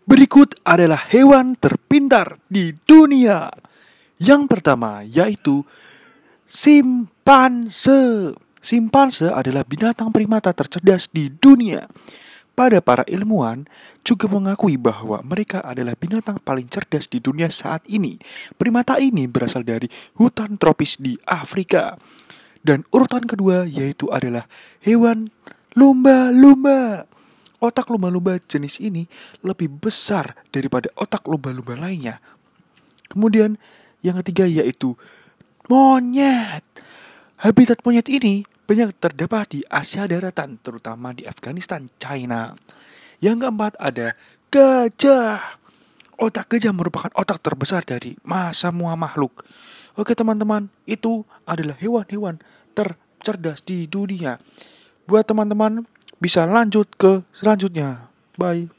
Berikut adalah hewan terpintar di dunia. Yang pertama yaitu simpanse. Simpanse adalah binatang primata tercerdas di dunia. Pada para ilmuwan juga mengakui bahwa mereka adalah binatang paling cerdas di dunia saat ini. Primata ini berasal dari hutan tropis di Afrika. Dan urutan kedua yaitu adalah hewan lumba-lumba. Otak lumba-lumba jenis ini lebih besar daripada otak lumba-lumba lainnya. Kemudian yang ketiga yaitu monyet. Habitat monyet ini banyak terdapat di Asia daratan, terutama di Afghanistan, China. Yang keempat ada gajah. Otak gajah merupakan otak terbesar dari semua makhluk. Oke teman-teman, itu adalah hewan-hewan tercerdas di dunia. Buat teman-teman bisa lanjut ke selanjutnya. Bye.